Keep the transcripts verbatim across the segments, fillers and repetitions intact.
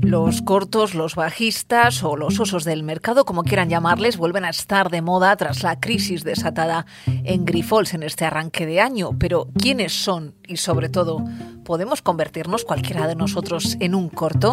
Los cortos, los bajistas o los osos del mercado, como quieran llamarles, vuelven a estar de moda tras la crisis desatada en Grifols en este arranque de año. Pero ¿quiénes son? Y sobre todo, ¿podemos convertirnos cualquiera de nosotros en un corto?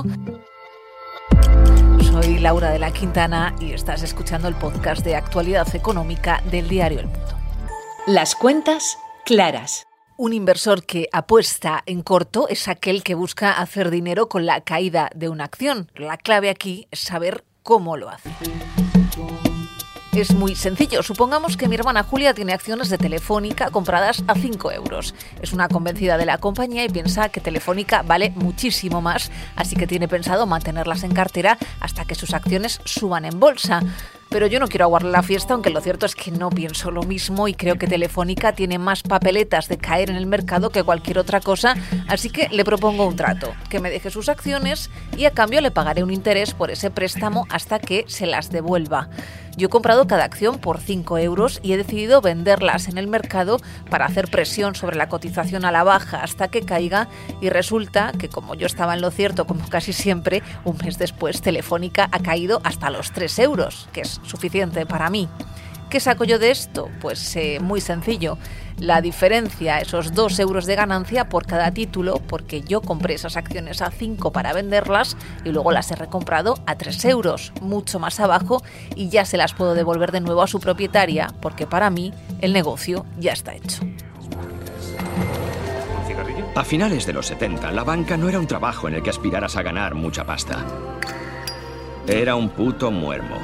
Soy Laura de la Quintana y estás escuchando el podcast de actualidad económica del diario El Mundo. Las cuentas claras. Un inversor que apuesta en corto es aquel que busca hacer dinero con la caída de una acción. La clave aquí es saber cómo lo hace. Es muy sencillo. Supongamos que mi hermana Julia tiene acciones de Telefónica compradas a cinco euros. Es una convencida de la compañía y piensa que Telefónica vale muchísimo más, así que tiene pensado mantenerlas en cartera hasta que sus acciones suban en bolsa. Pero yo no quiero aguarle la fiesta, aunque lo cierto es que no pienso lo mismo y creo que Telefónica tiene más papeletas de caer en el mercado que cualquier otra cosa, así que le propongo un trato, que me deje sus acciones y a cambio le pagaré un interés por ese préstamo hasta que se las devuelva. Yo he comprado cada acción por cinco euros y he decidido venderlas en el mercado para hacer presión sobre la cotización a la baja hasta que caiga, y resulta que, como yo estaba en lo cierto como casi siempre, un mes después Telefónica ha caído hasta los tres euros, que es suficiente para mí. ¿Qué saco yo de esto? Pues eh, muy sencillo. La diferencia, esos dos euros de ganancia por cada título, porque yo compré esas acciones a cinco para venderlas y luego las he recomprado a tres euros, mucho más abajo, y ya se las puedo devolver de nuevo a su propietaria, porque para mí el negocio ya está hecho. A finales de los setenta, la banca no era un trabajo en el que aspiraras a ganar mucha pasta. Era un puto muermo.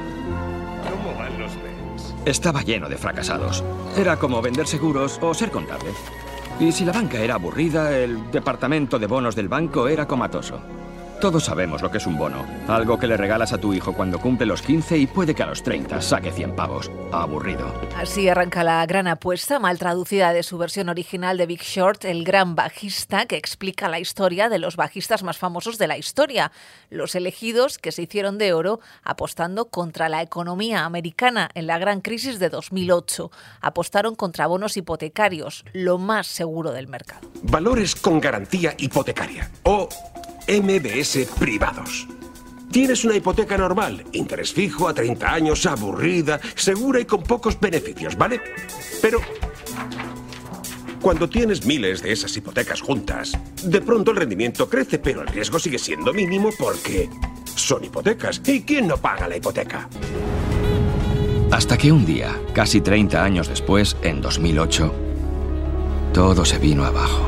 Estaba lleno de fracasados. Era como vender seguros o ser contable. Y si la banca era aburrida, el departamento de bonos del banco era comatoso. Todos sabemos lo que es un bono. Algo que le regalas a tu hijo cuando cumple los quince y puede que a los treinta saque cien pavos. Aburrido. Así arranca la gran apuesta, mal traducida de su versión original de Big Short, el gran bajista, que explica la historia de los bajistas más famosos de la historia. Los elegidos que se hicieron de oro apostando contra la economía americana en la gran crisis de dos mil ocho. Apostaron contra bonos hipotecarios, lo más seguro del mercado. Valores con garantía hipotecaria o M B S privados. Tienes una hipoteca normal, interés fijo a treinta años, aburrida, segura y con pocos beneficios, ¿vale? Pero cuando tienes miles de esas hipotecas juntas, de pronto el rendimiento crece, pero el riesgo sigue siendo mínimo porque son hipotecas. ¿Y quién no paga la hipoteca? Hasta que un día, casi treinta años después, en dos mil ocho, todo se vino abajo.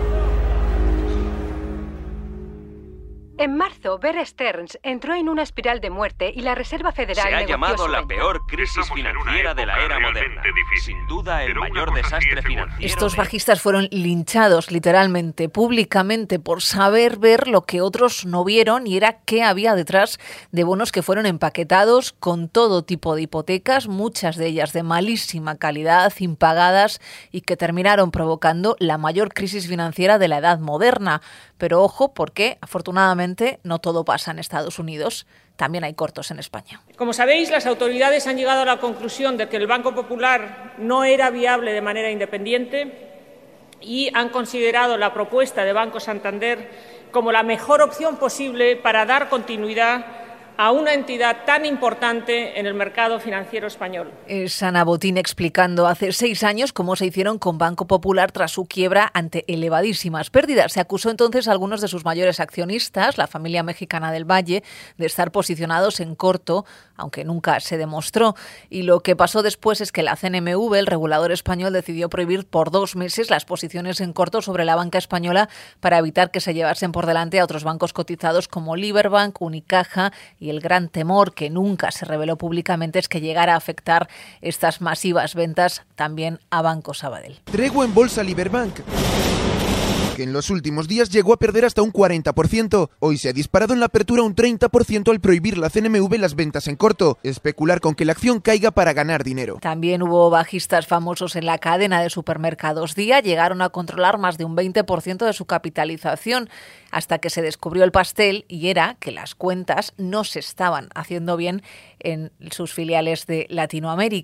En marzo, Bear Stearns entró en una espiral de muerte y la Reserva Federal se ha negoció llamado su la venta. peor crisis financiera de la era moderna. Sin duda, el mayor desastre financiero. Estos de... bajistas fueron linchados literalmente, públicamente, por saber ver lo que otros no vieron, y era qué había detrás de bonos que fueron empaquetados con todo tipo de hipotecas, muchas de ellas de malísima calidad, impagadas, y que terminaron provocando la mayor crisis financiera de la edad moderna. Pero ojo, porque afortunadamente no todo pasa en Estados Unidos, también hay cortos en España. Como sabéis, las autoridades han llegado a la conclusión de que el Banco Popular no era viable de manera independiente y han considerado la propuesta de Banco Santander como la mejor opción posible para dar continuidad a una entidad tan importante en el mercado financiero español. Es Ana Botín explicando hace seis años cómo se hicieron con Banco Popular tras su quiebra ante elevadísimas pérdidas. Se acusó entonces a algunos de sus mayores accionistas, la familia mexicana del Valle, de estar posicionados en corto, aunque nunca se demostró. Y lo que pasó después es que la C N M V, el regulador español, decidió prohibir por dos meses las posiciones en corto sobre la banca española para evitar que se llevasen por delante a otros bancos cotizados como Liberbank, Unicaja, y el gran temor, que nunca se reveló públicamente, es que llegara a afectar estas masivas ventas también a Banco Sabadell. Tregua en bolsa Liberbank, que en los últimos días llegó a perder hasta un cuarenta por ciento. Hoy se ha disparado en la apertura un treinta por ciento al prohibir la C N M V las ventas en corto, especular con que la acción caiga para ganar dinero. También hubo bajistas famosos en la cadena de supermercados Día, llegaron a controlar más de un veinte por ciento de su capitalización, hasta que se descubrió el pastel, y era que las cuentas no se estaban haciendo bien en sus filiales de Latinoamérica.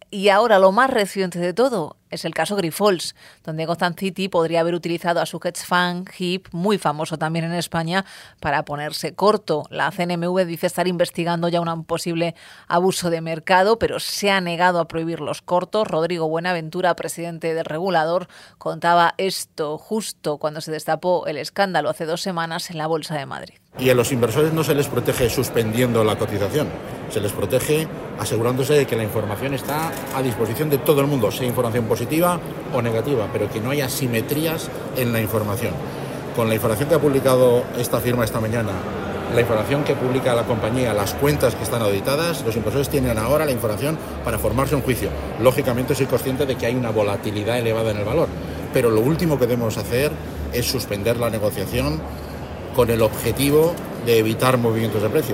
Y ahora lo más reciente de todo es el caso Grifols, donde Gotham City podría haber utilizado a su hedge fund H I P, muy famoso también en España, para ponerse corto. La C N M V dice estar investigando ya un posible abuso de mercado, pero se ha negado a prohibir los cortos. Rodrigo Buenaventura, presidente del regulador, contaba esto justo cuando se destapó el escándalo hace dos semanas en la Bolsa de Madrid. Y a los inversores no se les protege suspendiendo la cotización, se les protege asegurándose de que la información está a disposición de todo el mundo, sea información positiva o negativa, pero que no haya asimetrías en la información. Con la información que ha publicado esta firma esta mañana, la información que publica la compañía, las cuentas que están auditadas, los inversores tienen ahora la información para formarse un juicio. Lógicamente soy consciente de que hay una volatilidad elevada en el valor, pero lo último que debemos hacer es suspender la negociación con el objetivo de evitar movimientos de precio.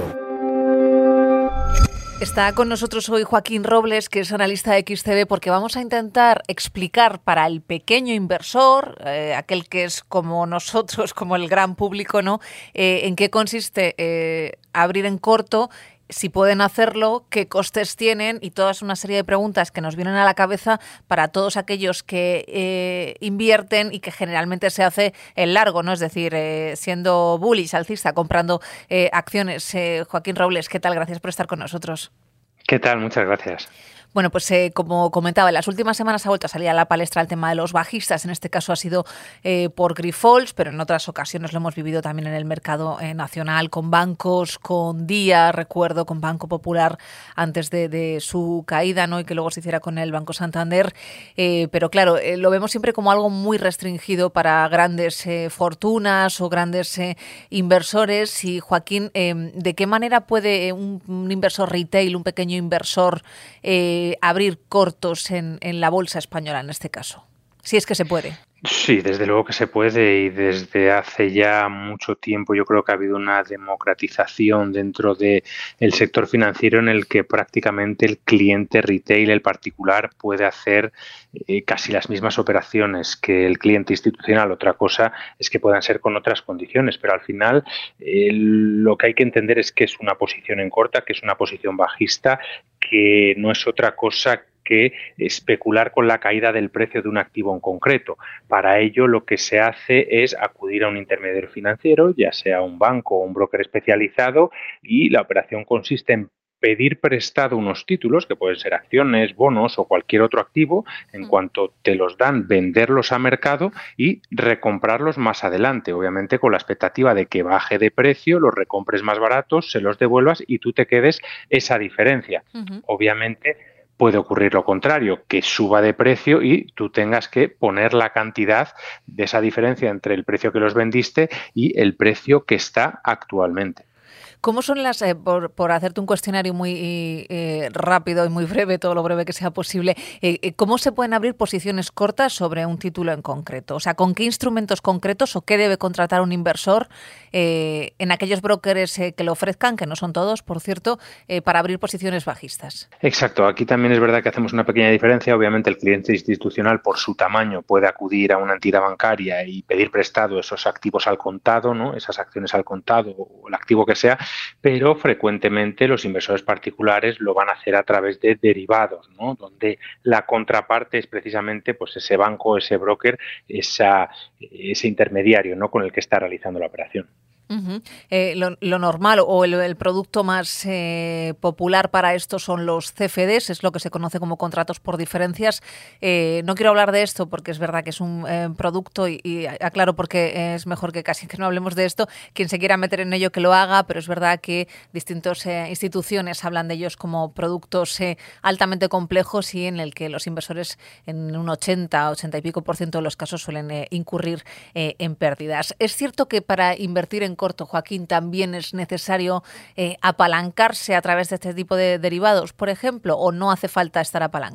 Está con nosotros hoy Joaquín Robles, que es analista de X T V, porque vamos a intentar explicar para el pequeño inversor, eh, aquel que es como nosotros, como el gran público, ¿no? Eh, en qué consiste eh, abrir en corto, si pueden hacerlo, qué costes tienen y toda una serie de preguntas que nos vienen a la cabeza para todos aquellos que eh, invierten y que generalmente se hace en largo, ¿no? Es decir, eh, siendo bullish, alcista, comprando eh, acciones. Eh, Joaquín Robles, ¿qué tal? Gracias por estar con nosotros. ¿Qué tal? Muchas gracias. Bueno, pues eh, como comentaba, en las últimas semanas ha vuelto a salir a la palestra el tema de los bajistas. En este caso ha sido eh, por Grifols, pero en otras ocasiones lo hemos vivido también en el mercado eh, nacional, con bancos, con Día, recuerdo, con Banco Popular antes de, de su caída, ¿no? Y que luego se hiciera con el Banco Santander. Eh, pero claro, eh, lo vemos siempre como algo muy restringido para grandes eh, fortunas o grandes eh, inversores. Y Joaquín, eh, ¿de qué manera puede un, un inversor retail, un pequeño inversor, eh, abrir cortos en, en la bolsa española en este caso? Si es que se puede. Sí, desde luego que se puede, y desde hace ya mucho tiempo yo creo que ha habido una democratización dentro del sector financiero en el que prácticamente el cliente retail, el particular, puede hacer eh, casi las mismas operaciones que el cliente institucional. Otra cosa es que puedan ser con otras condiciones, pero al final eh, lo que hay que entender es que es una posición en corta, que es una posición bajista, que no es otra cosa que especular con la caída del precio de un activo en concreto. Para ello lo que se hace es acudir a un intermediario financiero, ya sea un banco o un broker especializado, y la operación consiste en pedir prestado unos títulos, que pueden ser acciones, bonos o cualquier otro activo. En cuanto te los dan, venderlos a mercado y recomprarlos más adelante, obviamente con la expectativa de que baje de precio, los recompres más baratos, se los devuelvas y tú te quedes esa diferencia. Uh-huh. Obviamente puede ocurrir lo contrario, que suba de precio y tú tengas que poner la cantidad de esa diferencia entre el precio que los vendiste y el precio que está actualmente. ¿Cómo son las, eh, por, por hacerte un cuestionario muy eh, rápido y muy breve, todo lo breve que sea posible, eh, cómo se pueden abrir posiciones cortas sobre un título en concreto? O sea, ¿con qué instrumentos concretos o qué debe contratar un inversor eh, en aquellos brokers eh, que lo ofrezcan, que no son todos, por cierto, eh, para abrir posiciones bajistas? Exacto. Aquí también es verdad que hacemos una pequeña diferencia. Obviamente el cliente institucional, por su tamaño, puede acudir a una entidad bancaria y pedir prestado esos activos al contado, ¿no? Esas acciones al contado o el activo que sea, pero frecuentemente los inversores particulares lo van a hacer a través de derivados, ¿no? Donde la contraparte es precisamente pues ese banco, ese broker, esa, ese intermediario, ¿no? Con el que está realizando la operación. Uh-huh. Eh, lo, lo normal o el, el producto más eh, popular para esto son los C F Ds, es lo que se conoce como contratos por diferencias. Eh, no quiero hablar de esto porque es verdad que es un eh, producto y, y aclaro porque es mejor que casi que no hablemos de esto. Quien se quiera meter en ello que lo haga, pero es verdad que distintas eh, instituciones hablan de ellos como productos eh, altamente complejos y en el que los inversores en un ochenta, ochenta y pico por ciento de los casos suelen eh, incurrir eh, en pérdidas. Es cierto que para invertir en corto, Joaquín, también es necesario eh, apalancarse a través de este tipo de derivados, por ejemplo, o no hace falta estar apalancado.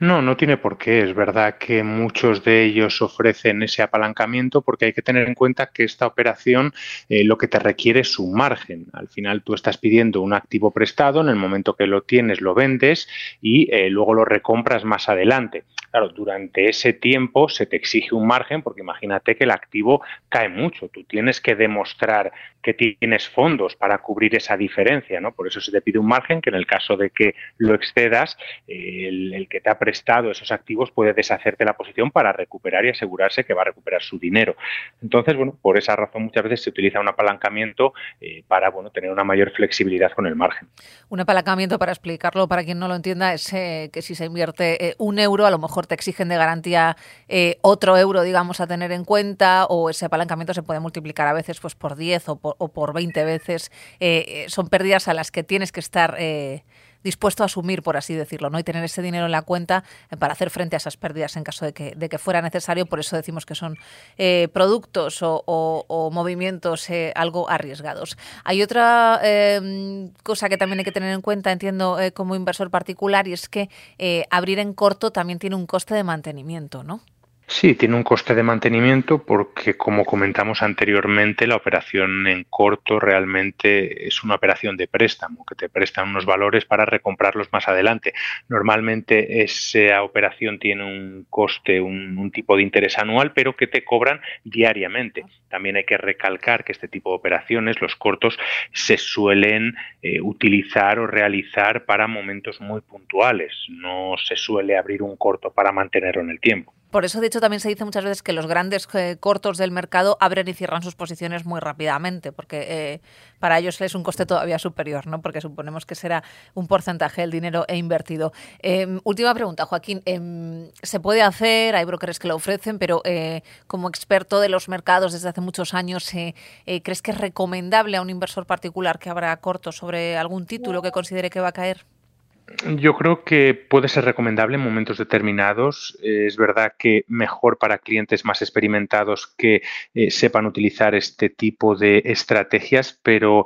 No, no tiene por qué. Es verdad que muchos de ellos ofrecen ese apalancamiento porque hay que tener en cuenta que esta operación eh, lo que te requiere es un margen. Al final tú estás pidiendo un activo prestado, en el momento que lo tienes lo vendes y eh, luego lo recompras más adelante. Claro, durante ese tiempo se te exige un margen porque imagínate que el activo cae mucho. Tú tienes que demostrar que tienes fondos para cubrir esa diferencia, ¿no? Por eso se te pide un margen que en el caso de que lo excedas, eh, el, el que te ha prestado esos activos puede deshacerte la posición para recuperar y asegurarse que va a recuperar su dinero. Entonces, bueno, por esa razón muchas veces se utiliza un apalancamiento eh, para, bueno, tener una mayor flexibilidad con el margen. Un apalancamiento, para explicarlo para quien no lo entienda, es eh, que si se invierte eh, un euro, a lo mejor te exigen de garantía eh, otro euro, digamos, a tener en cuenta, o ese apalancamiento se puede multiplicar a veces pues por diez o por, o por veinte veces. Eh, son pérdidas a las que tienes que estar eh, dispuesto a asumir, por así decirlo, ¿no? Y tener ese dinero en la cuenta eh, para hacer frente a esas pérdidas en caso de que, de que fuera necesario. Por eso decimos que son eh, productos o, o, o movimientos eh, algo arriesgados. Hay otra eh, cosa que también hay que tener en cuenta, entiendo, eh, como inversor particular, y es que eh, abrir en corto también tiene un coste de mantenimiento, ¿no? Sí, tiene un coste de mantenimiento porque, como comentamos anteriormente, la operación en corto realmente es una operación de préstamo, que te prestan unos valores para recomprarlos más adelante. Normalmente esa operación tiene un coste, un, un tipo de interés anual, pero que te cobran diariamente. También hay que recalcar que este tipo de operaciones, los cortos, se suelen eh, utilizar o realizar para momentos muy puntuales. No se suele abrir un corto para mantenerlo en el tiempo. Por eso, de hecho, también se dice muchas veces que los grandes eh, cortos del mercado abren y cierran sus posiciones muy rápidamente, porque eh, para ellos es un coste todavía superior, ¿no? Porque suponemos que será un porcentaje del dinero e invertido. Eh, última pregunta, Joaquín. Eh, ¿Se puede hacer? Hay brokers que lo ofrecen, pero eh, como experto de los mercados desde hace muchos años, eh, eh, ¿crees que es recomendable a un inversor particular que abra corto sobre algún título que considere que va a caer? Yo creo que puede ser recomendable en momentos determinados. Eh, es verdad que mejor para clientes más experimentados que eh, sepan utilizar este tipo de estrategias, pero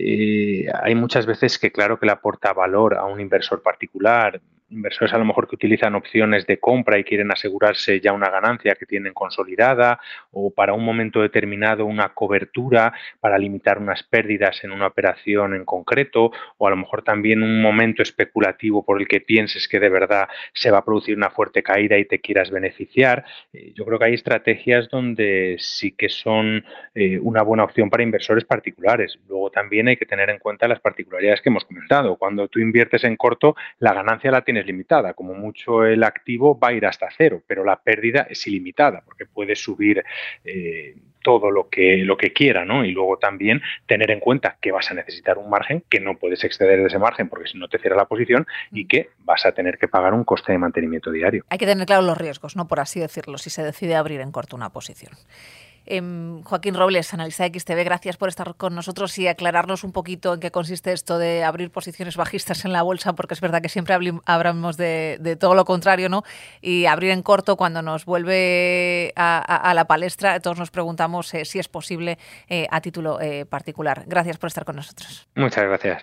eh, hay muchas veces que claro que le aporta valor a un inversor particular. Inversores a lo mejor que utilizan opciones de compra y quieren asegurarse ya una ganancia que tienen consolidada, o para un momento determinado una cobertura para limitar unas pérdidas en una operación en concreto, o a lo mejor también un momento especulativo por el que pienses que de verdad se va a producir una fuerte caída y te quieras beneficiar. Eh, yo creo que hay estrategias donde sí que son eh, una buena opción para inversores particulares. Luego también hay que tener en cuenta las particularidades que hemos comentado. Cuando tú inviertes en corto, la ganancia la tienes limitada, como mucho el activo va a ir hasta cero, pero la pérdida es ilimitada porque puede subir eh, todo lo que, lo que quiera, ¿no? Y luego también tener en cuenta que vas a necesitar un margen, que no puedes exceder de ese margen porque si no te cierra la posición y que vas a tener que pagar un coste de mantenimiento diario. Hay que tener claro los riesgos, ¿no? Por así decirlo, si se decide abrir en corto una posición. Eh, Joaquín Robles, analista de X T B, gracias por estar con nosotros y aclararnos un poquito en qué consiste esto de abrir posiciones bajistas en la bolsa, porque es verdad que siempre hablamos de, de todo lo contrario, ¿no? Y abrir en corto cuando nos vuelve a, a, a la palestra, todos nos preguntamos eh, si es posible eh, a título eh, particular. Gracias por estar con nosotros. Muchas gracias.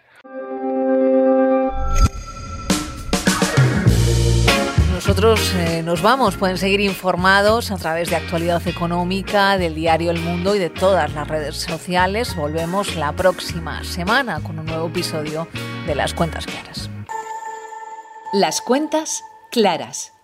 Nosotros eh, nos vamos, pueden seguir informados a través de Actualidad Económica, del diario El Mundo y de todas las redes sociales. Volvemos la próxima semana con un nuevo episodio de Las Cuentas Claras. Las Cuentas Claras.